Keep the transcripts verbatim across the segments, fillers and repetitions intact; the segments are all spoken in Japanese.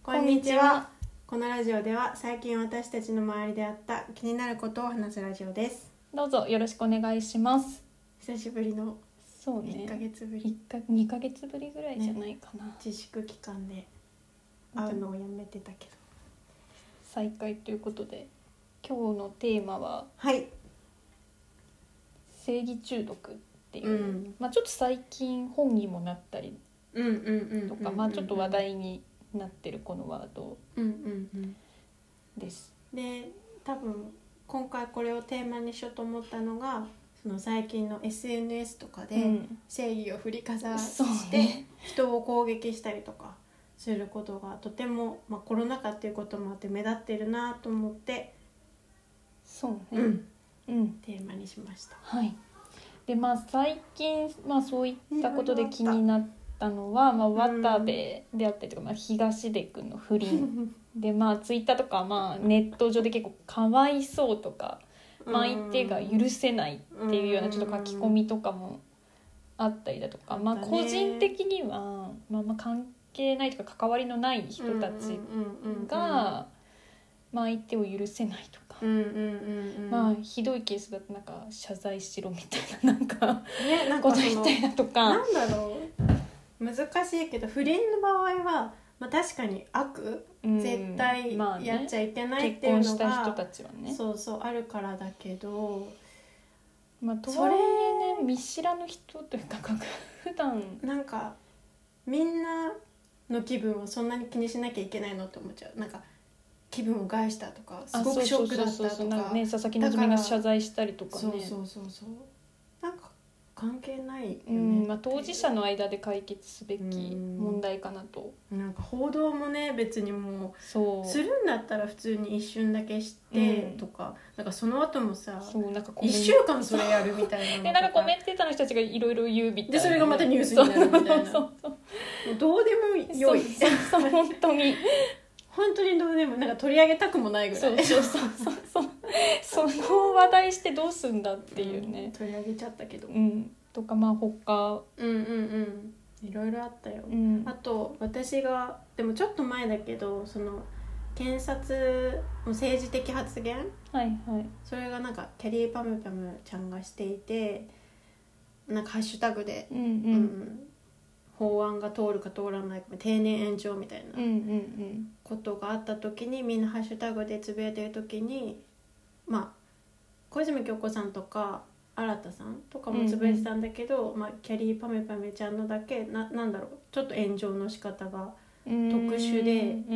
こんにちは。このラジオでは最近私たちの周りであった気になることを話すラジオです。 どうぞよろしくお願いします。 久しぶりのそうね、 いっかげつぶり、 いっかにかげつぶりぐらいじゃないかな、ね、 自粛期間で会うのをやめてたけど再開ということで、今日のテーマは、 はい、 正義中毒っていう、 うん、 まあ、ちょっと最近本にもなったりとか、まあちょっと話題になってるこのワードです。 で、多分今回これをテーマにしようと思ったのが、その最近の エスエヌエス とかで正義を振りかざして人を攻撃したりとかすることがとても、まあ、コロナ禍っていうこともあって目立ってるなと思って、 そうね、 うんうん、 テーマにしました。 はい。で、まあ最近、まあ、そういったことで気になったのは、まあ、渡部であったりとか、まあ、東出君の不倫で、まあツイッターとか、まあ、ネット上で結構かわいそうとか、まあ、相手が許せないっていうようなちょっと書き込みとかもあったりだとか、まあ、個人的には、まあ、まあ関係ないとか関わりのない人たちが、まあ、相手を許せないとか、まあひどいケースだとなんか謝罪しろみたいななんか、ね、なんかこと言ったりだとか、 なんだろう、難しいけど不倫の場合は、まあ、確かに悪、うん、絶対やっちゃいけないっていうのが、 まあね、結婚した人たちはね、 そうそうあるからだけど、 まあ、とはいえね、見知らぬ人というか普段なんかみんなの気分をそんなに気にしなきゃいけないのって思っちゃう。なんか気分を害したとかすごくショックだったとか、 そうそうそうそう、ね、佐々木希が謝罪したりとかね、 そうそうそうそう、なんか関係ないよね、 うんまあ、当事者の間で解決すべき問題かなと。 なんか報道もね、別にもうそうするんだったら普通に一瞬だけしてとか、うん、なんかその後もさ、 そうなんかいっしゅうかんそれやるみたいなのでなんかコメンテーターの人たちがいろいろ言うみたいな、 でそれがまたニュースになるみたいな、そうそうそうそう、もうどうでもよい、 そうそうそう本当に本当にどうでも、なんか取り上げたくもないぐらい、 そうそうそうそうその話題してどうすんだっていうね、 うん、取り上げちゃったけど、 うん、とかまあ他うんうんうんいろいろあったよ、 うん、 あと私がでもちょっと前だけど、その検察の政治的発言、 はいはい、 それがなんかキャリーパムパムちゃんがしていて、なんかハッシュタグで、 うんうんうん、 法案が通るか通らないか定年延長みたいなことがあった時に、みんなハッシュタグでつぶやいてる時に、まあ小泉京子さんとか新田さんとかもつぶやいてたんだけど、うんうんまあ、キャリーパメパメちゃんのだけ な, なんだろうちょっと炎上の仕方が特殊で、 うんうん、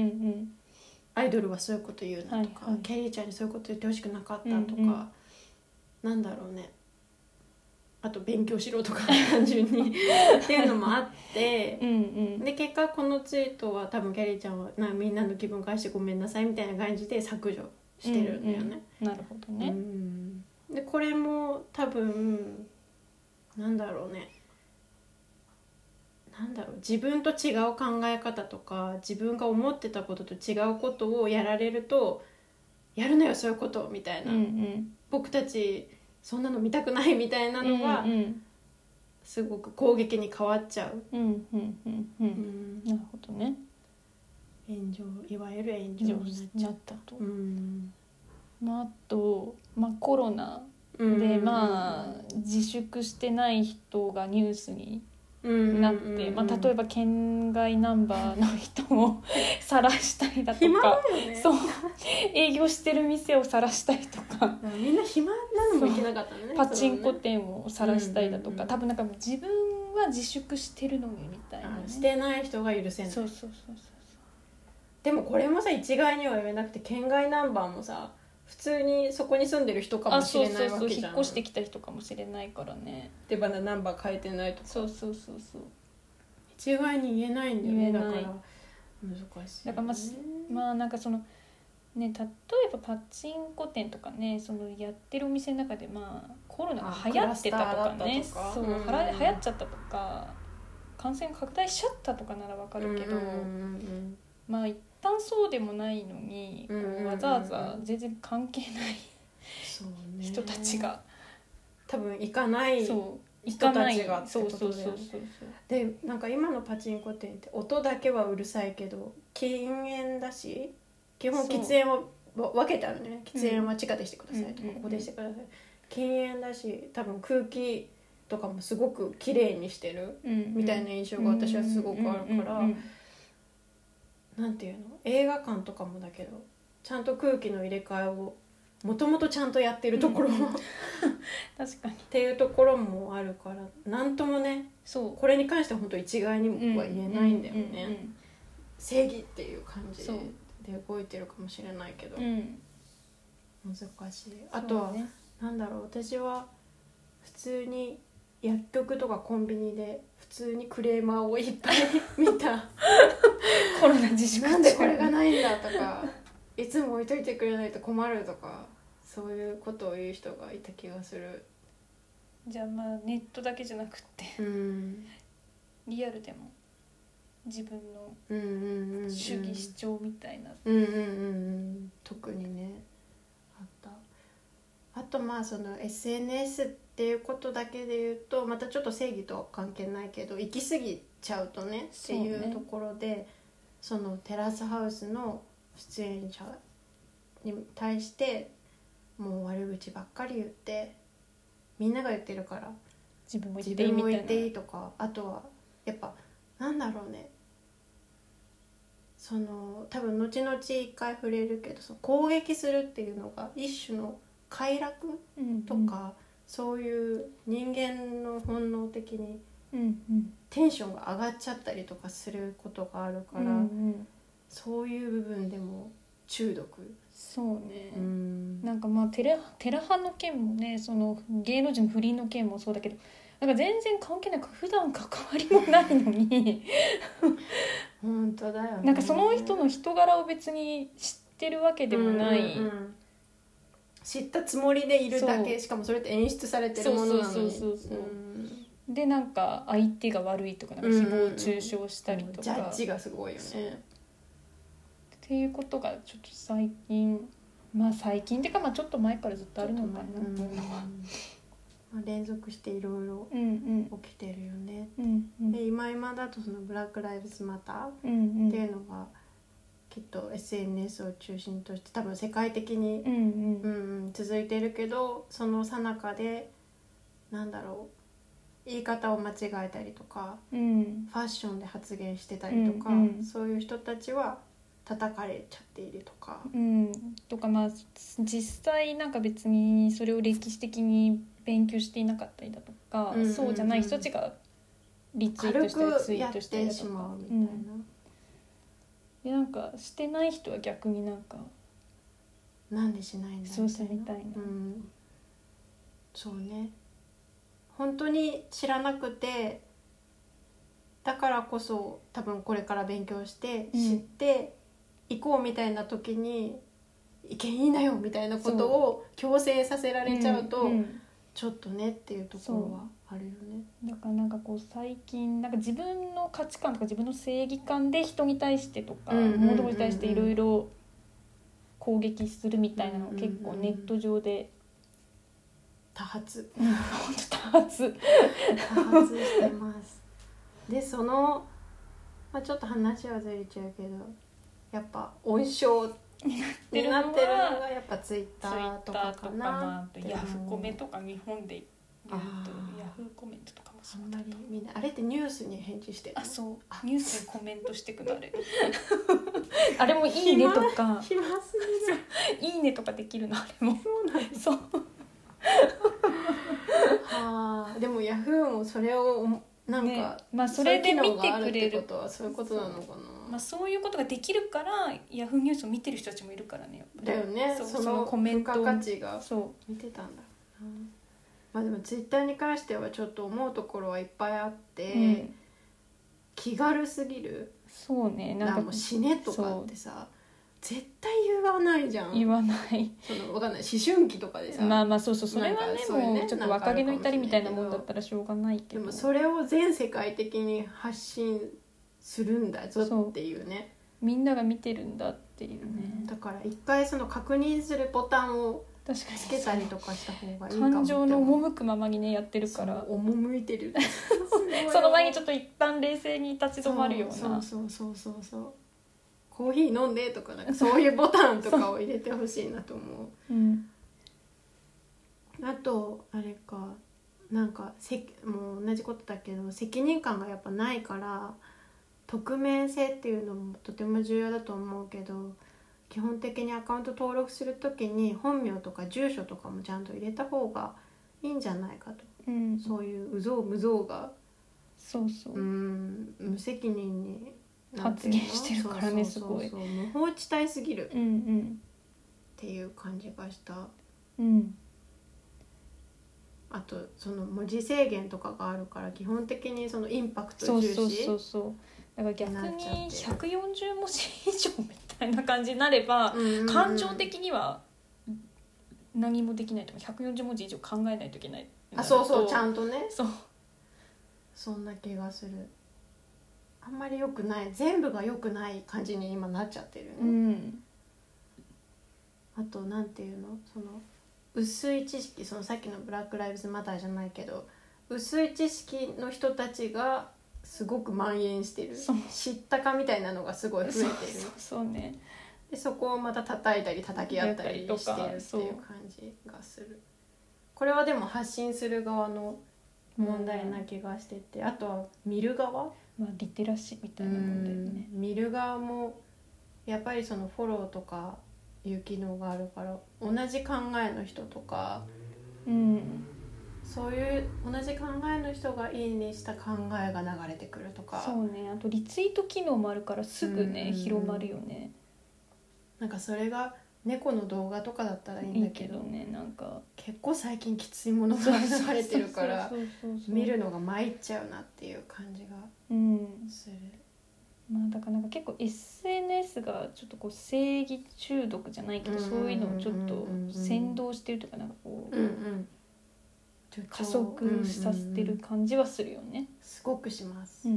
アイドルはそういうこと言うなとか、はいはい、キャリーちゃんにそういうこと言ってほしくなかったとか、うんうん、なんだろうね、あと勉強しろとか単純にっていうのもあってうん、うん、で結果このツイートは多分キャリーちゃんはなみんなの気分返してごめんなさいみたいな感じで削除してるんだよね、 うんうん、なるほどね、 うんでこれも多分なんだろうねなんだろう自分と違う考え方とか自分が思ってたことと違うことをやられるとやるのよそういうことみたいな、うんうん、僕たちそんなの見たくないみたいなのが、うんうん、すごく攻撃に変わっちゃう、 うんうんうんうん、なるほどね、 炎上いわゆる炎上になっちゃったと、うんまあ、あと、まあ、コロナで、うんうんうん、まあ自粛してない人がニュースになって、うんうんうんまあ、例えば県外ナンバーの人を晒したりだとか暇だよね、 そう営業してる店を晒したりとかみんな暇なのもいけなかったね、 パチンコ店を晒したりだとか、うんうんうん、多分なんか自分は自粛してるのにみたいな、ね、 してない人が許せない、 そうそうそうそうでもこれもさ一概には言えなくて、県外ナンバーもさ普通にそこに住んでる人かもしれないわけじゃん。 そうそうそう引っ越してきた人かもしれないからね。 でまだナンバー変えてないとか。 そうそうそうそう。 一概に言えないんだよね。だから難しい、ね。 だからまあまあなんかそのね、例えばパチンコ店とかね、そのやってるお店の中でまあコロナが流行ってたとかね、かそう、うん、流行っちゃったとか、感染拡大しちゃったとかならわかるけど、うんうんうん、まあ一旦そうでもないのに、こうわざわざ全然関係ない人たちが、 多分行かない人たちがってそうことだよね。 そうそうそうでなんか今のパチンコ店って音だけはうるさいけど禁煙だし、基本喫煙を分けてあるね。喫煙は地下でしてくださいとか、 うん、 ここでしてください、禁煙だし、多分空気とかもすごく綺麗にしてるみたいな印象が私はすごくあるから、なんていうの、映画館とかもだけどちゃんと空気の入れ替えをもともとちゃんとやってるところ、うんうん、 確かにっていうところもあるから、なんともね、そうこれに関しては本当一概には言えないんだよね、うんうんうんうん、正義っていう感じで動いてるかもしれないけど、うん、難しい。あとは、ね、なんだろう、私は普通に薬局とかコンビニで普通にクレーマーをいっぱい見たコロナ自粛中なんでこれがないんだとかいつも置いといてくれないと困るとか、そういうことを言う人がいた気がする。 じゃあまあネットだけじゃなくて、うん、リアルでも自分の主義主張みたいな、 うんうんうんうん、特にねあった。あとまあその エスエヌエス っていうことだけで言うとまたちょっと正義とは関係ないけど、行き過ぎちゃうとねっていうところで、そのテラスハウスの出演者に対してもう悪口ばっかり言って、みんなが言ってるから自分も言っていいみたいな、自分も言っていいとか、あとはやっぱなんだろうね、その多分後々一回触れるけど、その攻撃するっていうのが一種の快楽とか、うんうん、そういう人間の本能的にテンションが上がっちゃったりとかすることがあるから、うんうん、そういう部分でも中毒。 そうね、うん、なんかまあテレ、テラハの件もね、その芸能人の不倫の件もそうだけど、なんか全然関係なく普段関わりもないのに本当だよね。 なんかその人の人柄を別に知ってるわけでもない、うんうんうん、 知ったつもりでいるだけ、しかもそれって演出されてるものなのに、 でなんか相手が悪いとか、なんか誹謗中傷したりとか、 ジャッジがすごいよねっていうことがちょっと最近、まあ最近っていうかまあちょっと前からずっとあるのかなっていうのは、 まあ、連続していろいろ起きてるよね、 うんうん、 で今今だとそのブラックライブズマターっていうのがきっと エスエヌエス を中心として多分世界的に、うんうんうん、続いてるけど、その最中でなんだろう、言い方を間違えたりとか、うん、ファッションで発言してたりとか、うんうん、そういう人たちは叩かれちゃっているとか、 うん、とかまあ実際なんか別にそれを歴史的に勉強していなかったりだとか、うんうんうん、そうじゃない人たちがリツイートしたりツイートしたりだとか、軽くやってしまうみたいな、うん、でなんかしてない人は逆になんかなんでしないんだみたいな、 そうしたみたいな、 うん、そうね、本当に知らなくて、だからこそ多分これから勉強して知っていこうみたいな時に、うん、意見いいなよみたいなことを強制させられちゃうと、うんうん、ちょっとねっていうところはあるよね。 だからなんかこう最近なんか自分の価値観とか自分の正義感で人に対してとか、うんうんうんうん、物事に対していろいろ攻撃するみたいなのを結構ネット上で多発本当多発多発してますでその、まあ、ちょっと話はずれちゃうけど、やっぱ温床になってるのがやっぱツイッターとかかな。 ツイッターとか、まあ、ヤフコメとか日本で言うとヤフコメントとかもそうだと、 あんまりみんなあれってニュースに返事してるの？ あ、そう、ニュースにコメントしてくのあれあれもいいねとか暇すぎるいいねとかできるのあれもそうなんです。 そうはあ、でもヤフーもそれをなんか、ね、 まあ、それで見てくれることはそういうことなのかな。 まあ、そういうことができるからヤフーニュースを見てる人たちもいるからね、やっぱりだよね。そ, そのコメント付加価値が見てたんだ。う、まあ、でもツイッターに関してはちょっと思うところはいっぱいあって、うん、気軽すぎる。 そうね、なんかもう死ねとかってさ絶対言わないじゃん。 言わない。 そのわかんない、思春期とかでさ、 まあまあそうそう、それはね、もうちょっと若気の至りみたいなもんだったらしょうがないけど、 でもそれを全世界的に発信するんだぞっていうね、 みんなが見てるんだっていうね、 うん、だから一回その確認するボタンを確かにつけたりとかした方がいいかも。 感情の赴くままにねやってるから赴いてるその前にちょっと一旦冷静に立ち止まるような。 そうそうそうそうそう、コーヒー飲んでとか、なんかそういうボタンとかを入れてほしいなと思う、うん、あとあれか、なんかせもう同じことだけど責任感がやっぱないから匿名性っていうのもとても重要だと思うけど、基本的にアカウント登録するときに本名とか住所とかもちゃんと入れた方がいいんじゃないかと、うん、そういううぞうむぞうがそうそう、 うん、無責任に発言してるからね、すごい無法地帯すぎる、うんうん、っていう感じがした、うん、あとその文字制限とかがあるから基本的にそのインパクト重視、 そうそうそうそう、だから逆にひゃくよんじゅうもじ以上みたいな感じになれば、うんうんうん、感情的には何もできないと思う。ひゃくよんじゅうもじ以上考えないといけない。 あ、そうそう、ちゃんとね、 そう、 そんな気がする。あんまり良くない、全部が良くない感じに今なっちゃってるね、うん、あとなんていうの、その薄い知識、そのさっきのブラックライブズマターじゃないけど薄い知識の人たちがすごく蔓延してる、知ったかみたいなのがすごい増えてる、そうそうそうね、 でそこをまた叩いたり叩き合ったりしてるっていう感じがする。これはでも発信する側の問題な気がしてて、うん、あとは見る側、 まあ、リテラシーみたいな問題ね、 うん、見る側もやっぱりそのフォローとかいう機能があるから同じ考えの人とか、うん、そういう同じ考えの人がいいねした考えが流れてくるとか、 そうね、あとリツイート機能もあるからすぐね、うん、広まるよね。 なんかそれが猫の動画とかだったらいいんだけど、 いいけどね、なんか結構最近きついものが流れてるから見るのが参っちゃうなっていう感じがする、 うん、まあだからなんか結構 エスエヌエス がちょっとこう正義中毒じゃないけど、そういうのをちょっと先導してるというか、なんかこう、うんうん、加速させてる感じはするよね、うんうん、 すごくします、 うん、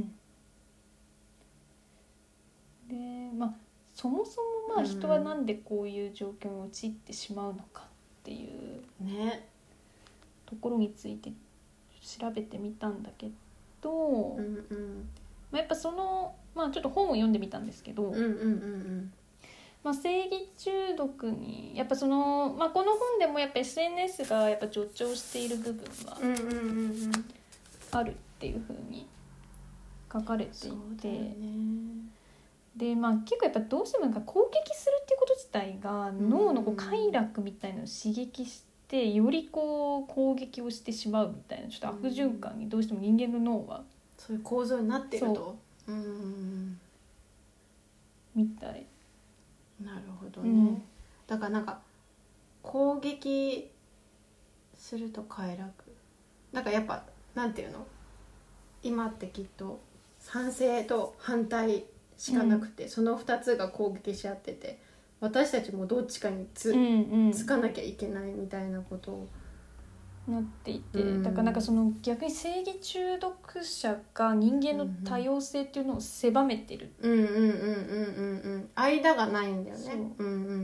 でまあそもそもまあ人はなんでこういう状況に陥ってしまうのかっていうねところについて調べてみたんだけど、うんうんまあ、やっぱその、まあ、ちょっと本を読んでみたんですけど、うんうんうんうんまあ、正義中毒にやっぱその、まあ、この本でもやっぱ エスエヌエス がやっぱ助長している部分はあるっていうふうに書かれていて、でまあ、結構やっぱどうしてもなんか攻撃するっていうこと自体が脳のこう快楽みたいなのを刺激してよりこう攻撃をしてしまうみたいなちょっと悪循環にどうしても人間の脳はそういう構造になってると、うーんみたい。 なるほどね、うん、だからなんか攻撃すると快楽だからやっぱなんていうの、今ってきっと賛成と反対しかなくて、うん、そのふたつが攻撃し合ってて私たちもどっちかに つ,、うんうん、つかなきゃいけないみたいなことをなっていて、うん、だからなんかその逆に正義中毒者が人間の多様性っていうのを狭めてる、 うんうんうんうんうんうん間がないんだよね。うんうんうんうん、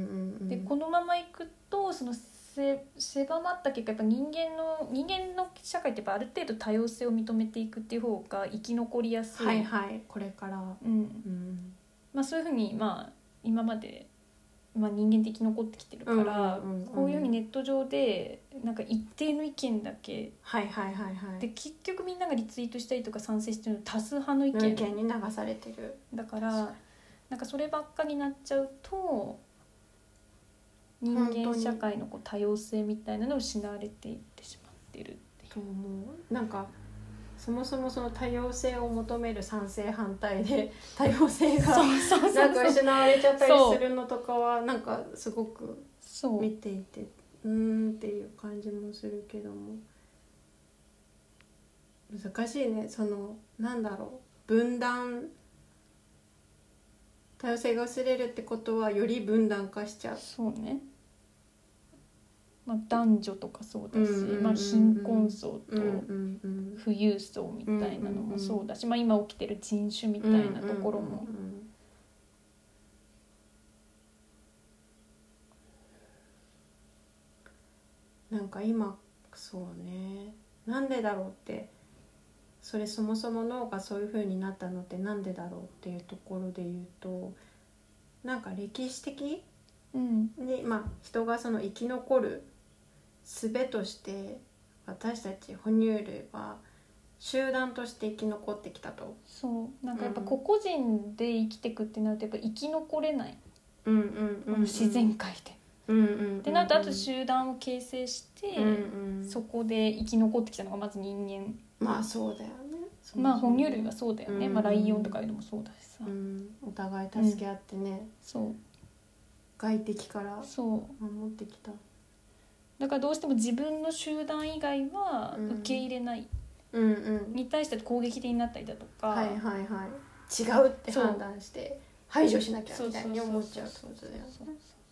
でこのままいくとそのせ狭まった結果やっぱ人間の人間の社会ってやっぱある程度多様性を認めていくっていう方が生き残りやすい。 はいはいこれから、うんうんまあ、そういうふうにまあ今までまあ、人間って生き残ってきてるから、うんうんうんうん、こういうふうにネット上でなんか一定の意見だけ、 はいはいはいはい、 で結局みんながリツイートしたりとか賛成してるの多数派の意見意見に流されてる。 だからなんかそればっかになっちゃうと人間社会のこう多様性みたいなのを失われていってしまってるっていうと思う。なんかそもそもその多様性を求める賛成反対で多様性がなんか失われちゃったりするのとかはなんかすごく見ていてうーんっていう感じもするけども難しいね。そのなんだろう分断多様性が薄れるってことはより分断化しちゃう。 そうね、まあ、男女とかそうだし、うんうんうんまあ、貧困層と富裕層みたいなのもそうだし、うんうんうんまあ、今起きてる人種みたいなところも、うんうんうん、 なんか今そうね、なんでだろうって、それそもそも脳がそういう風になったのってなんでだろうっていうところで言うと、なんか歴史的うんに、まあ、人がその生き残る術として私たち哺乳類は集団として生き残ってきたと。 そうなんかやっぱ個々人で生きていくってなるとやっぱ生き残れない、 うんうんうんうん、 この自然界で、 うんうんうんうん、 ってなるとあと集団を形成して、 うんうん、 そこで生き残ってきたのがまず人間。 まあそうだよね。 まあ哺乳類はそうだよね、 うん、 まあ、ライオンとかいうのもそうだしさ、 うん、お互い助け合ってね、うん、 そう外敵から守ってきた。 だからどうしても自分の集団以外は受け入れない、 うんうん、 に対して攻撃的になったりだとか、 はいはいはい、違うって判断して排除しなきゃみたいに思っちゃうってことだよね。だ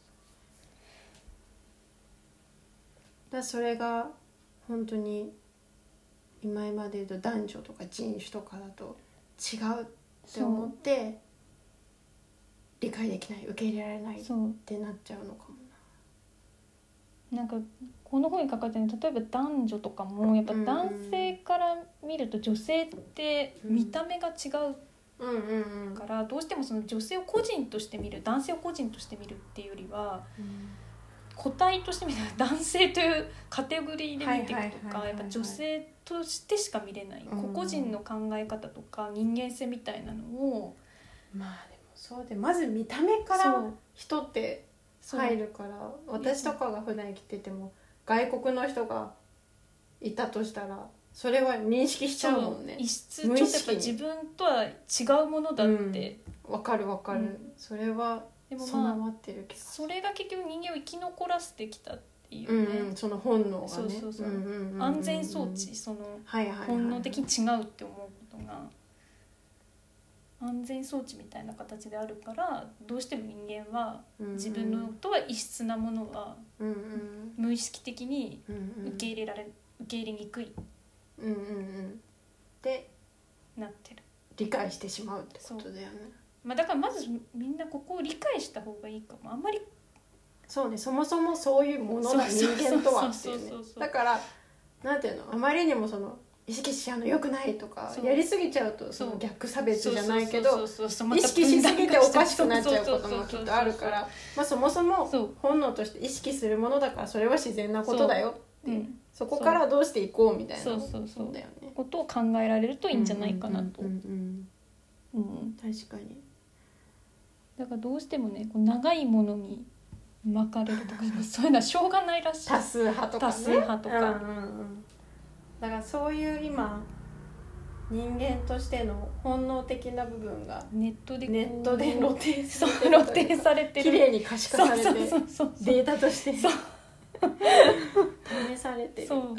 からそれが本当に今まで言うと男女とか人種とかだと違うって思って理解できない、受け入れられないってなっちゃうのかもな。なんかこの本に書かれてる例えば男女とかもやっぱ男性から見ると女性って見た目が違うからどうしてもその女性を個人として見る、男性を個人として見るっていうよりは個体として見る、男性というカテゴリーで見ていくとか、やっぱ女性としてしか見れない、個々人の考え方とか人間性みたいなのを、 まあでもそうで、まず見た目から人って入るから、私とかが普段生きてても外国の人がいたとしたらそれは認識しちゃうもんね。 異質、ちょっとやっぱ自分とは違うものだってわ、うん、かるわかる、うん、それは備わってるけど、 それが結局人間を生き残らせてきたっていうね、 うんうん、その本能がね、 そうそうそう、うんうんうん、安全装置、その本能的に違うって思うことが安全装置みたいな形であるから、どうしても人間は自分のとは異質なものは無意識的に受け入れられ、受け入れにくい、 うんうんうん、でなってる、 理解してしまうってことだよね。 まあ、だからまずみんなここを理解した方がいいかも。あんまりそうね、そもそもそういうものだ人間とはっていうね。だからなんていうの、あまりにもその意識しちゃうの良くないとかやりすぎちゃうとその逆差別じゃないけど意識しすぎておかしくなっちゃうこともきっとあるから、まあそもそも本能として意識するものだからそれは自然なことだよって、うん、そこからどうしていこうみたいなそうだよね、ことを考えられるといいんじゃないかなと。確かに。 だからどうしてもね、こう長いものに巻かれるとかそういうのはしょうがないらしい。 多数派とかね。 多数派とか、うんうんうん、 だからそういう今人間としての本能的な部分がネットでネットで露呈されてる、露呈されてる、 綺麗に可視化されてそうそうそうそうデータとして試されてる。 そう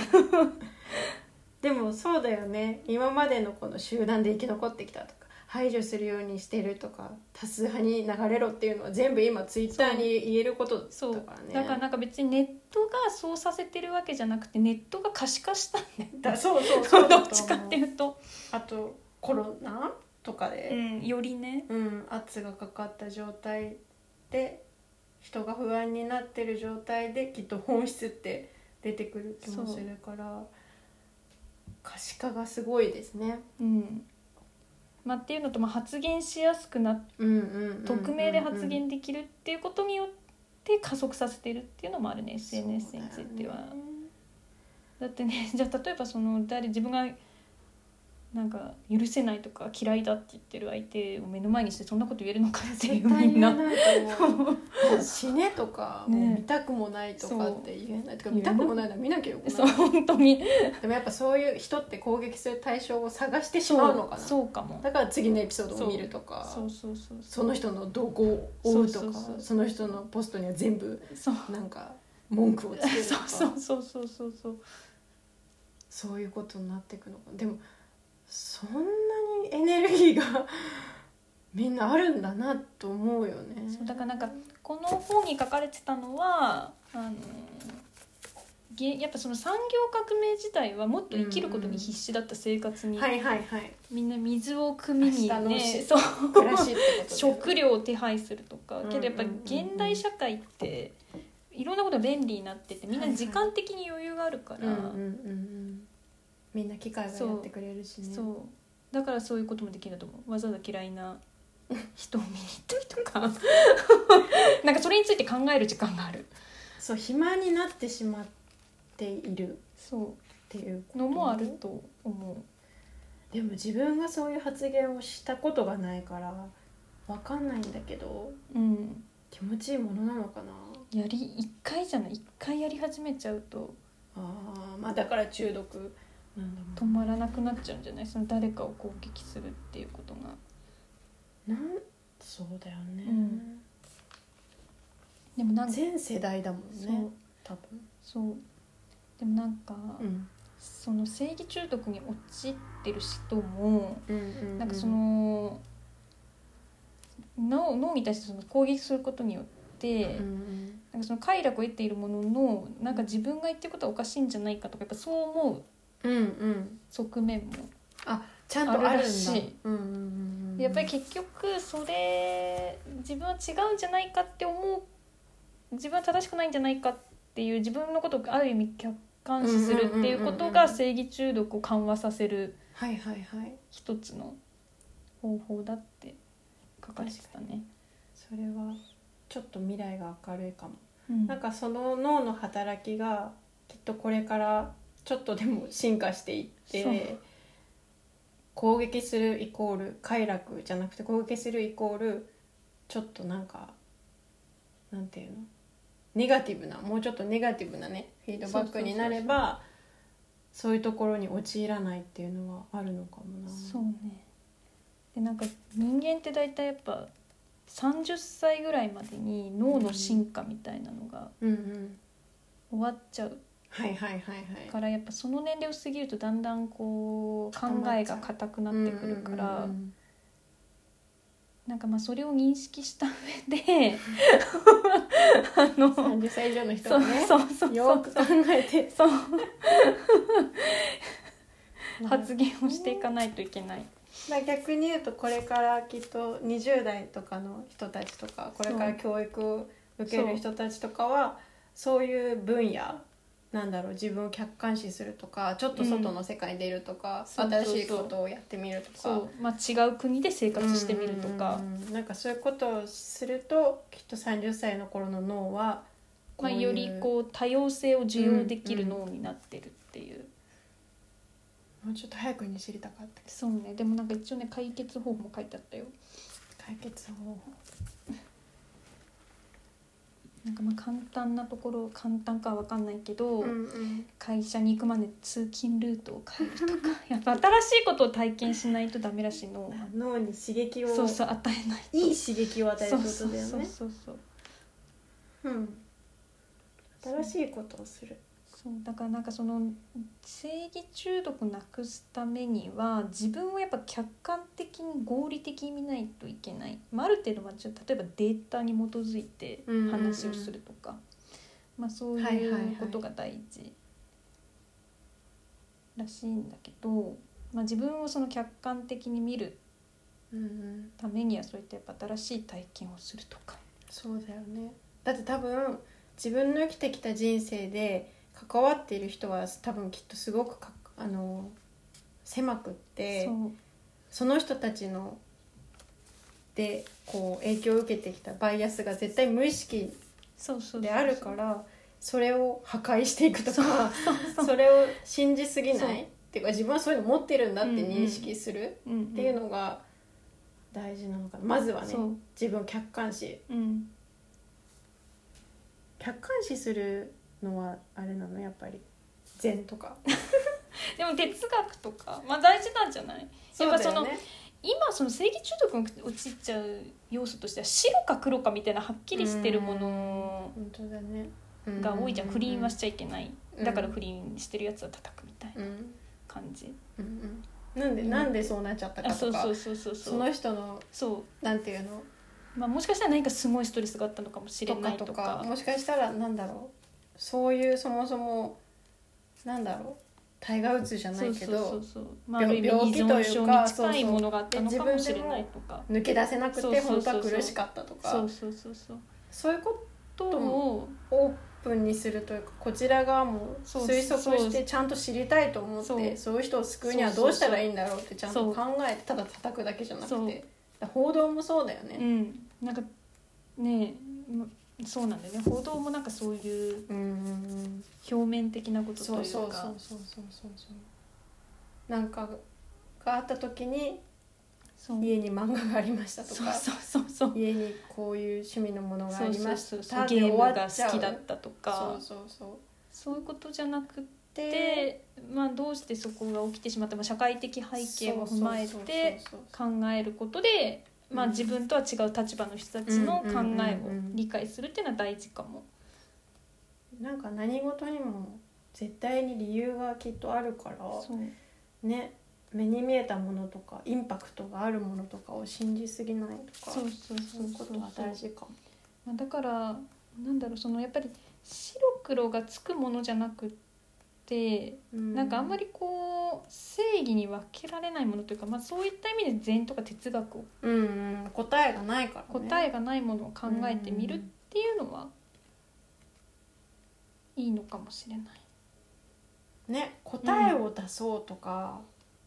でもそうだよね、今までのこの集団で生き残ってきたとか排除するようにしてるとか多数派に流れろっていうのは全部今ツイッターに言えることだからね。 そうだからなんか別にネットがそうさせてるわけじゃなくてネットが可視化したんだ。 そうそうそうどっちかっていうと、 あとコロナとかで、 うん、よりね、 うん、圧がかかった状態で人が不安になってる状態できっと本質って出てくる気もするから可視化がすごいですね。 うんまあ、っていうのと、まあ、発言しやすくなっ、匿名で発言できるっていうことによって加速させてるっていうのもあるね、 エスエヌエス については。 だ, ね、だってね、じゃあ例えばその誰自分がなんか許せないとか嫌いだって言ってる相手を目の前にしてそんなこと言えるのかっていう、みんな死ねとか、ね、もう見たくもないとかって言えないとか、見たくもないのは見なきゃよくない。 そう本当に。 でもやっぱそういう人って攻撃する対象を探してしまうのかな。 そう、そうかも。 だから次のエピソードを見るとか、 そうそうそうそう、 その人の動向を追うとか、そうそうそうそう、その人のポストには全部なんか文句をつけるとか、 そうそうそうそうそう、 そういうことになっていくのか。でもそんなにエネルギーがみんなあるんだなと思うよね。 そうだからなんかこの本に書かれてたのはあのやっぱその産業革命自体はもっと生きることに必死だった生活に、 うんうん、はいはいはい、 みんな水を汲みにね、 そう暮らしってこと、ね、 食料を手配するとか、けどやっぱ現代社会っていろんなことが便利になっててみんな時間的に余裕があるから、 はいはい、うんうんうんうん、みんな機械がやってくれるしね。 そうだからそういうこともできると思う。わざわざ嫌いな人を見に行ったりとかなんかそれについて考える時間がある。 そう暇になってしまっているそうっていうのもあると思う。 でも自分がそういう発言をしたことがないから分かんないんだけど、 うん、 気持ちいいものなのかな。 やりいっかいじゃない、いっかいやり始めちゃうとあ、まあだから中毒なんだろう、 止まらなくなっちゃうんじゃない、その誰かを攻撃するっていうことが。 なんそうだよね、うん、 でもなんか全世代だもんね多分。 そうでもなんか、 うん、 その正義中毒に陥ってる人も、 うんうんうん、 なんかその脳, 脳に対してその攻撃することによって、うんうん、なんかその快楽を得ているもののなんか自分が言ってることはおかしいんじゃないかとかやっぱそう思う側面もあるらしい。 うんうんうんうん、 やっぱり結局それ自分は違うんじゃないかって思う、自分は正しくないんじゃないかっていう自分のことをある意味客観視するっていうことが正義中毒を緩和させる一つの方法だって書かれてたね。 それはちょっと未来が明るいかも、 うん、 なんかその脳の働きがきっとこれからちょっとでも進化していって攻撃するイコール快楽じゃなくて攻撃するイコールちょっとなんかなんていうのネガティブなもうちょっとネガティブなねフィードバックになればそういうところに陥らないっていうのはあるのかもな。 そうね。でなんか人間って大体やっぱさんじゅっさいぐらいまでに脳の進化みたいなのが終わっちゃう、 はいはいはいはい、 からやっぱその年齢を過ぎるとだんだんこう考えが硬くなってくるから、うんうんうん、なんかまあそれを認識した上であのさんじゅっさい以上の人がねそうそうそうよく考えてそう発言をしていかないといけない。 逆に言うとこれからきっとにじゅう代とかの人たちとかこれから教育を受ける人たちとかはそういう分野なんだろう自分を客観視するとかちょっと外の世界に出るとか、うん、新しいことをやってみるとかそうそう、まあ、違う国で生活してみるとか、 うんうんうん、なんかそういうことをするときっとさんじゅっさいの頃の脳はこういう、まあ、よりこう多様性を受容できる脳になってるっていう、うんうん、もうちょっと早くに知りたかったけど。 そうね。でもなんか一応ね解決方法も書いてあったよ。 解決方法なんかまあ簡単なところ簡単かは分かんないけど、 うんうん、 会社に行くまで通勤ルートを変えるとかやっぱ新しいことを体験しないとダメらしいの。 脳に刺激をそうそう与えないといい刺激を与えることだよね。そうそうそうそう、 うん、新しいことをする。 そうだからなんかその正義中毒なくすためには自分をやっぱ客観的に合理的に見ないといけない、まあ、ある程度はちょっと例えばデータに基づいて話をするとか、うんうんうんまあ、そういうことが大事らしいんだけど、まあ、自分をその客観的に見るためにはそういったやっぱ新しい体験をするとか。 そうだよね。だって多分自分の生きてきた人生で関わっている人は多分きっとすごくかあの狭くって そ, その人たちのでこう影響を受けてきたバイアスが絶対無意識であるからそれを破壊していくとか そ, それを信じすぎないっていうか自分はそういうの持ってるんだって認識するっていうのが大事なのかな。まずはね自分を客観視、うん、客観視するのはあれなのやっぱり禅とかでも哲学とか、まあ、大事なんじゃない？やっぱその、ね、今その正義中毒に陥っちゃう要素としては白か黒かみたいなはっきりしてるものが多いじゃん。不倫はしちゃいけない、だから不倫してるやつは叩くみたいな感じ、 うんうん、なんで、うん、なんでそうなっちゃったかとかその人のそうなんていうの、 まあ、もしかしたら何かすごいストレスがあったのかもしれないとか、 とか、とかもしかしたらなんだろうそういうそもそもなんだろう体がうつじゃないけど病気というか近いものがあったのかもしれないとか抜け出せなくて本当は苦しかったとかそうそうそうそうそういうこことをオープンにするというか、こちら側も推測してちゃんと知りたいと思って、そう、そういう人を救うにはどうしたらいいんだろうってちゃんと考えて、ただ叩くだけじゃなくて、報道もそうだよね。 うん、なんかねえ、そうなんだよね。報道もなんかそういう表面的なことというか、 そうそうそうそうそうそうそうなんかがあった時に、家に漫画がありましたとか、 そうそうそうそう、 家にこういう趣味のものがありました、 そうそうそう、ゲームが好きだったとか、 そうそうそう、 そういうことじゃなくて、まあ、どうしてそこが起きてしまった、まあ、社会的背景を踏まえて考えることで、まあ、自分とは違う立場の人たちの考えを理解するっていうのは大事かも。 なんか何事にも絶対に理由がきっとあるから、そうね、目に見えたものとかインパクトがあるものとかを信じすぎないとか、 そうそうそう、そういうことは大事かも。 だからなんだろう、そのやっぱり白黒がつくものじゃなくて、うん、なんかあんまりこう正義に分けられないものというか、まあ、そういった意味で禅とか哲学を、 うんうん、答えがないからね、 答えがないものを考えてみるっていうのはいいのかもしれないね。答えを出そうとか、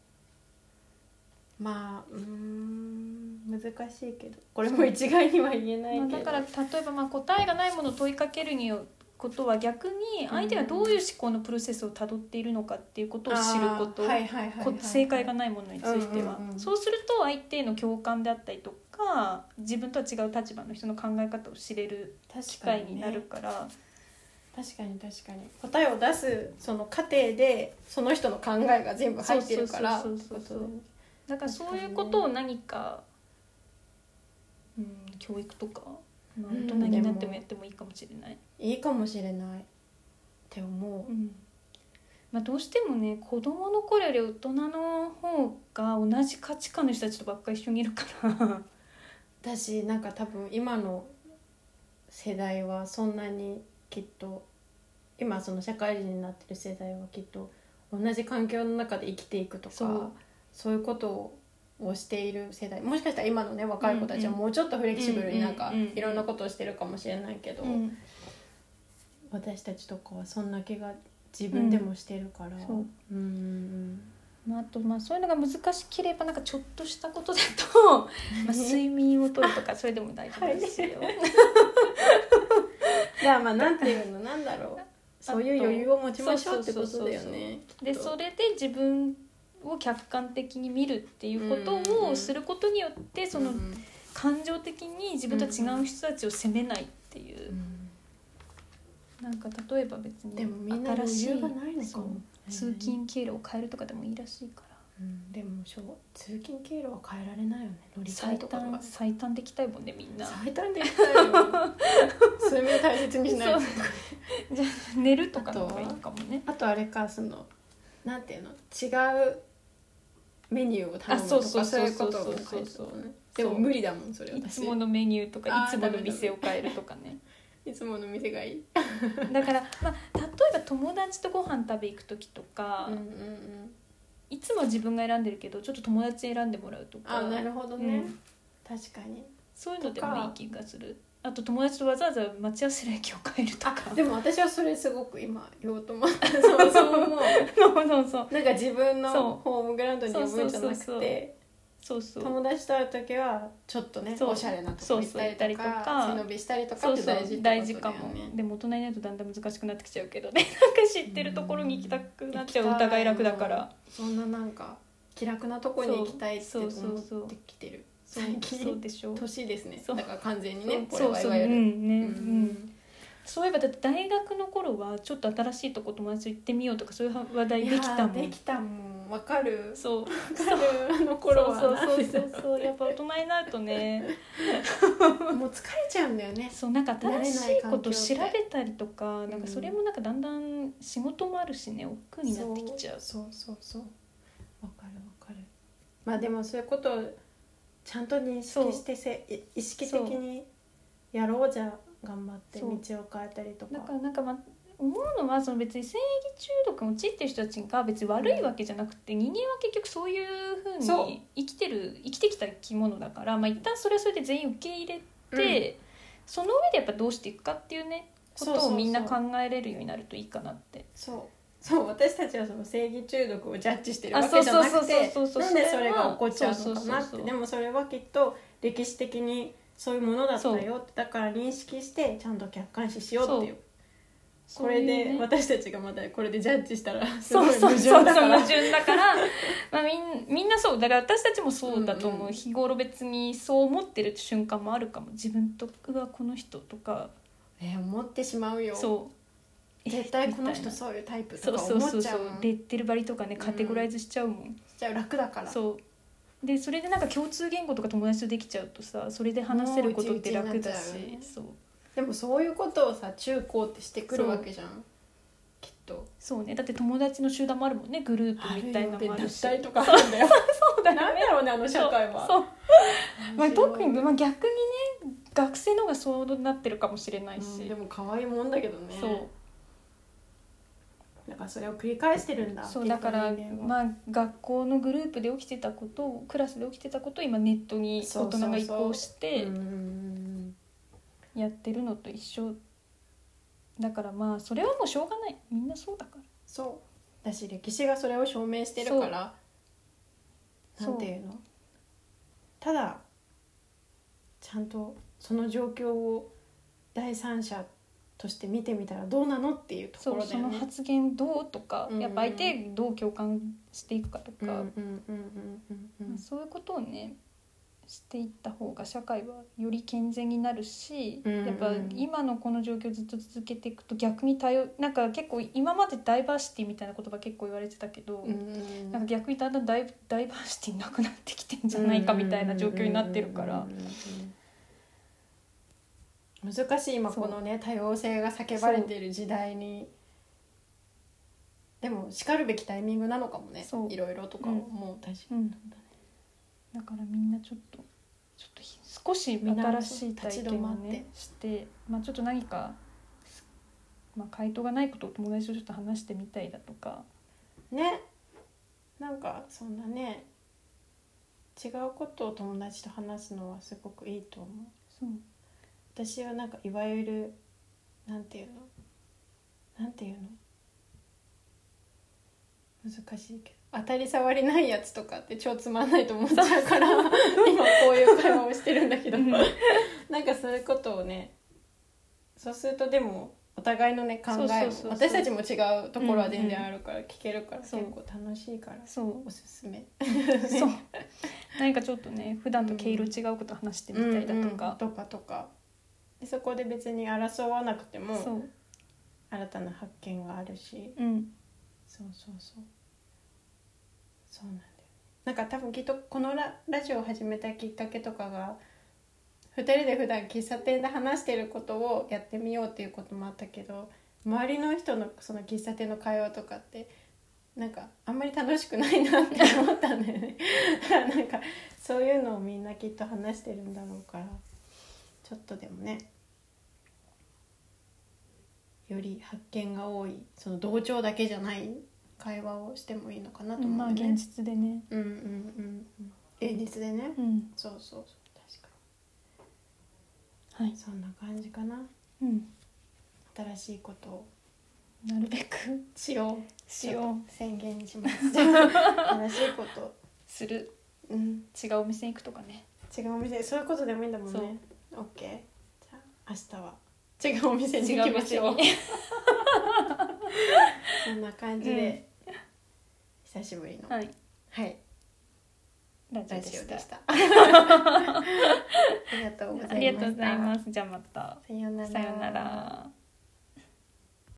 うん、まあうーん難しいけど、これも一概には言えないけど、 まあ、だから例えばまあ答えがないものを問いかけるによことは逆に相手がどういう思考のプロセスをたどっているのかっていうことを知ること、正解がないものについては、うんうんうん、そうすると相手の共感であったりとか自分とは違う立場の人の考え方を知れる機会になるから、 確かに確かに答えを出すその過程でその人の考えが全部入ってるから、 だからそういうことを何か、うん、教育とか、まあ、大人になってもやってもいいかもしれない、 うん、いいかもしれないって思う、 うん、まあ、どうしてもね子供の頃より大人の方が同じ価値観の人たちとばっかり一緒にいるからだし、なんか多分今の世代はそんなにきっと今その社会人になってる世代はきっと同じ環境の中で生きていくとか、そう、そういうことをしている世代、もしかしたら今のね若い子たちはもうちょっとフレキシブルになんかいろんなことをしてるかもしれないけど、うん、私たちとかはそんな気が自分でもしてるから、うん、そう、うん、 まあ、あとまあそういうのが難しければなんかちょっとしたことだとまあ睡眠をとるとかそれでも大丈夫ですよ、はい、 じゃあまあなんていうのなんだろう、そういう余裕を持ちましょうってことだよね。 でそれで自分を客観的に見るっていうことをすることによってその感情的に自分と違う人たちを責めないっていう、うん、なんか例えば別に新しい通勤経路を変えるとかでもいいらしいから、 うん、でも通勤経路は変えられないよね。乗り換えとかとか最短で行きたいもんねみんな。 最短で行きたいよ睡眠大切にしないとじゃあ寝るとかの方がいいかもね。 あとあれか、そのなんていうの違うメニューを頼むとかそういうことを書いてたね。でも無理だもんそれ。 いつものメニューとかいつもの店を変えるとかねいつもの店がいいだから、まあ、例えば友達とご飯食べ行く時とか、うんうんうん、いつも自分が選んでるけどちょっと友達選んでもらうとか。 あ、なるほどね、うん、確かにそういうのでもいい気がする。あと友達とわざわざ待ち合わせる駅を変えるとか。 あ、でも私はそれすごく今言おうと思ったそうそう思うそうそうそう、なんか自分のホームグラウンドに呼ぶんじゃなくて、そうそう友達と会う時はちょっとねおしゃれなとこ行ったりとか背伸びしたりとかって大事ってことだよね。大事かも。 でも大人になるとだんだん難しくなってきちゃうけどねなんか知ってるところに行きたくなっちゃう、お互い楽だから。 そんななんか気楽なとこに行きたいって思ってきてる最近。そうでしょ、年ですね。だから完全にねこれはいわゆる、うんね、うん、 そういえばだって大学の頃はちょっと新しいとこ友達と行ってみようとかそういう話題できたもん。 できたもん。わかる。 そうわかる。あの頃はそうそうそうそうやっぱ大人になるとねもう疲れちゃうんだよね。 そう、なんか新しいこと調べたりとか、なんかそれもなんかだんだん仕事もあるしね億劫になってきちゃう。 そうそうそうわかるわかる。まあでもそういうことをちゃんと認識してせ意識的にやろう。じゃあ頑張って道を変えたりとか。 だからなんか、ま、思うのはその別に正義中毒に陥ってる人たちが別に悪いわけじゃなくて、うん、人間は結局そういう風に生きてる生きてきた生き物だから、まあ、一旦それはそれで全員受け入れて、 その上でやっぱどうしていくかっていうねことをみんな考えれるようになるといいかなって。 そうそう私たちはその正義中毒をジャッジしてるわけじゃなくて、なんでそれが起こっちゃうのかなって。でもそれはきっと歴史的にそういうものだったよって、だから認識してちゃんと客観視しようっていう。これで私たちがまたこれでジャッジしたらすごい矛盾だから矛盾だからまあみん、みんなそうだから私たちもそうだと思う、うんうん、日頃別にそう思ってる瞬間もあるかも。自分とはこの人とか、 えー、思ってしまうよ。 そう絶対この人そういうタイプとか思っちゃうもん。そうそうそうレッテル張りとかねカテゴライズしちゃうもん、うん、しちゃう楽だから。 そうでそれでなんか共通言語とか友達とできちゃうとさそれで話せることって楽だし、ね、そうでもそういうことをさ中高ってしてくるわけじゃんきっと。 そうねだって友達の集団もあるもんねグループみたいなのもあるし、 脱退とかあるんだよそうだねなんだろうねあの社会は。 そうそうまあ、特に、まあ、逆にね学生の方がそうなってるかもしれないし、 うん、でも可愛いもんだけどね。 そうだからそれを繰り返してるんだ。 そうだからまあ学校のグループで起きてたことをクラスで起きてたことを今ネットに大人が移行してやってるのと一緒だからまあそれはもうしょうがないみんなそうだから。 そうだし歴史がそれを証明してるからなんていうのただちゃんとその状況を第三者として見てみたらどうなのっていうところだよね。 そうその発言どうとか、うんうん、やっぱ相手どう共感していくかとかそういうことをねしていった方が社会はより健全になるし、うんうん、やっぱ今のこの状況をずっと続けていくと逆に多様なんか結構今までダイバーシティみたいな言葉結構言われてたけど、うんうん、なんか逆にだんだんダイ、ダイバーシティなくなってきてんじゃないかみたいな状況になってるから難しい今このね多様性が叫ばれている時代にでもしかるべきタイミングなのかもね。いろいろとか思う、うん、確かに、うんだからみんなちょっとちょっと少し新しい体験をねして、まあ、ちょっと何か、まあ、回答がないことを友達とちょっと話してみたいだとかねなんかそんなね違うことを友達と話すのはすごくいいと思う。 そう私はなんかいわゆるなんていうのなんていうの難しいけど当たり障りないやつとかって超つまんないと思っちゃうから今こういう会話をしてるんだけどなんかそういうことをねそうするとでもお互いのね考えも私たちも違うところは全然あるから聞けるから結構楽しいからおすすめそう何かちょっとね普段と毛色違うこと話してみたいだとか、 うんうん、とかとかでそこで別に争わなくても新たな発見があるし、 うん、 そうそうそうそうなんだよ。なんか多分きっとこの ラ, ラジオを始めたきっかけとかがふたりで普段喫茶店で話してることをやってみようっていうこともあったけど周りの人のその喫茶店の会話とかってなんかあんまり楽しくないなって思ったんだよねなんかそういうのをみんなきっと話してるんだろうからちょっとでもねより発見が多いその同調だけじゃない会話をしてもいいのかなと思うね、 まあ現実でねうんうんうん現実でね、 うん、 そうそうそう確かにはいそんな感じかな、 うん、 新しいことをなるべくしようしよう宣言します新しいことする、 うん、 違うお店行くとかね違うお店そういうことでもいいんだもんね。オッケーじゃあ明日は違うお店に行きましょうそんな感じで、うん、久しぶりのはい、 はい、 ラジオでした。 でしたありがとうございました。 ありがとうございます。じゃあまた。 さようなら。 さようなら。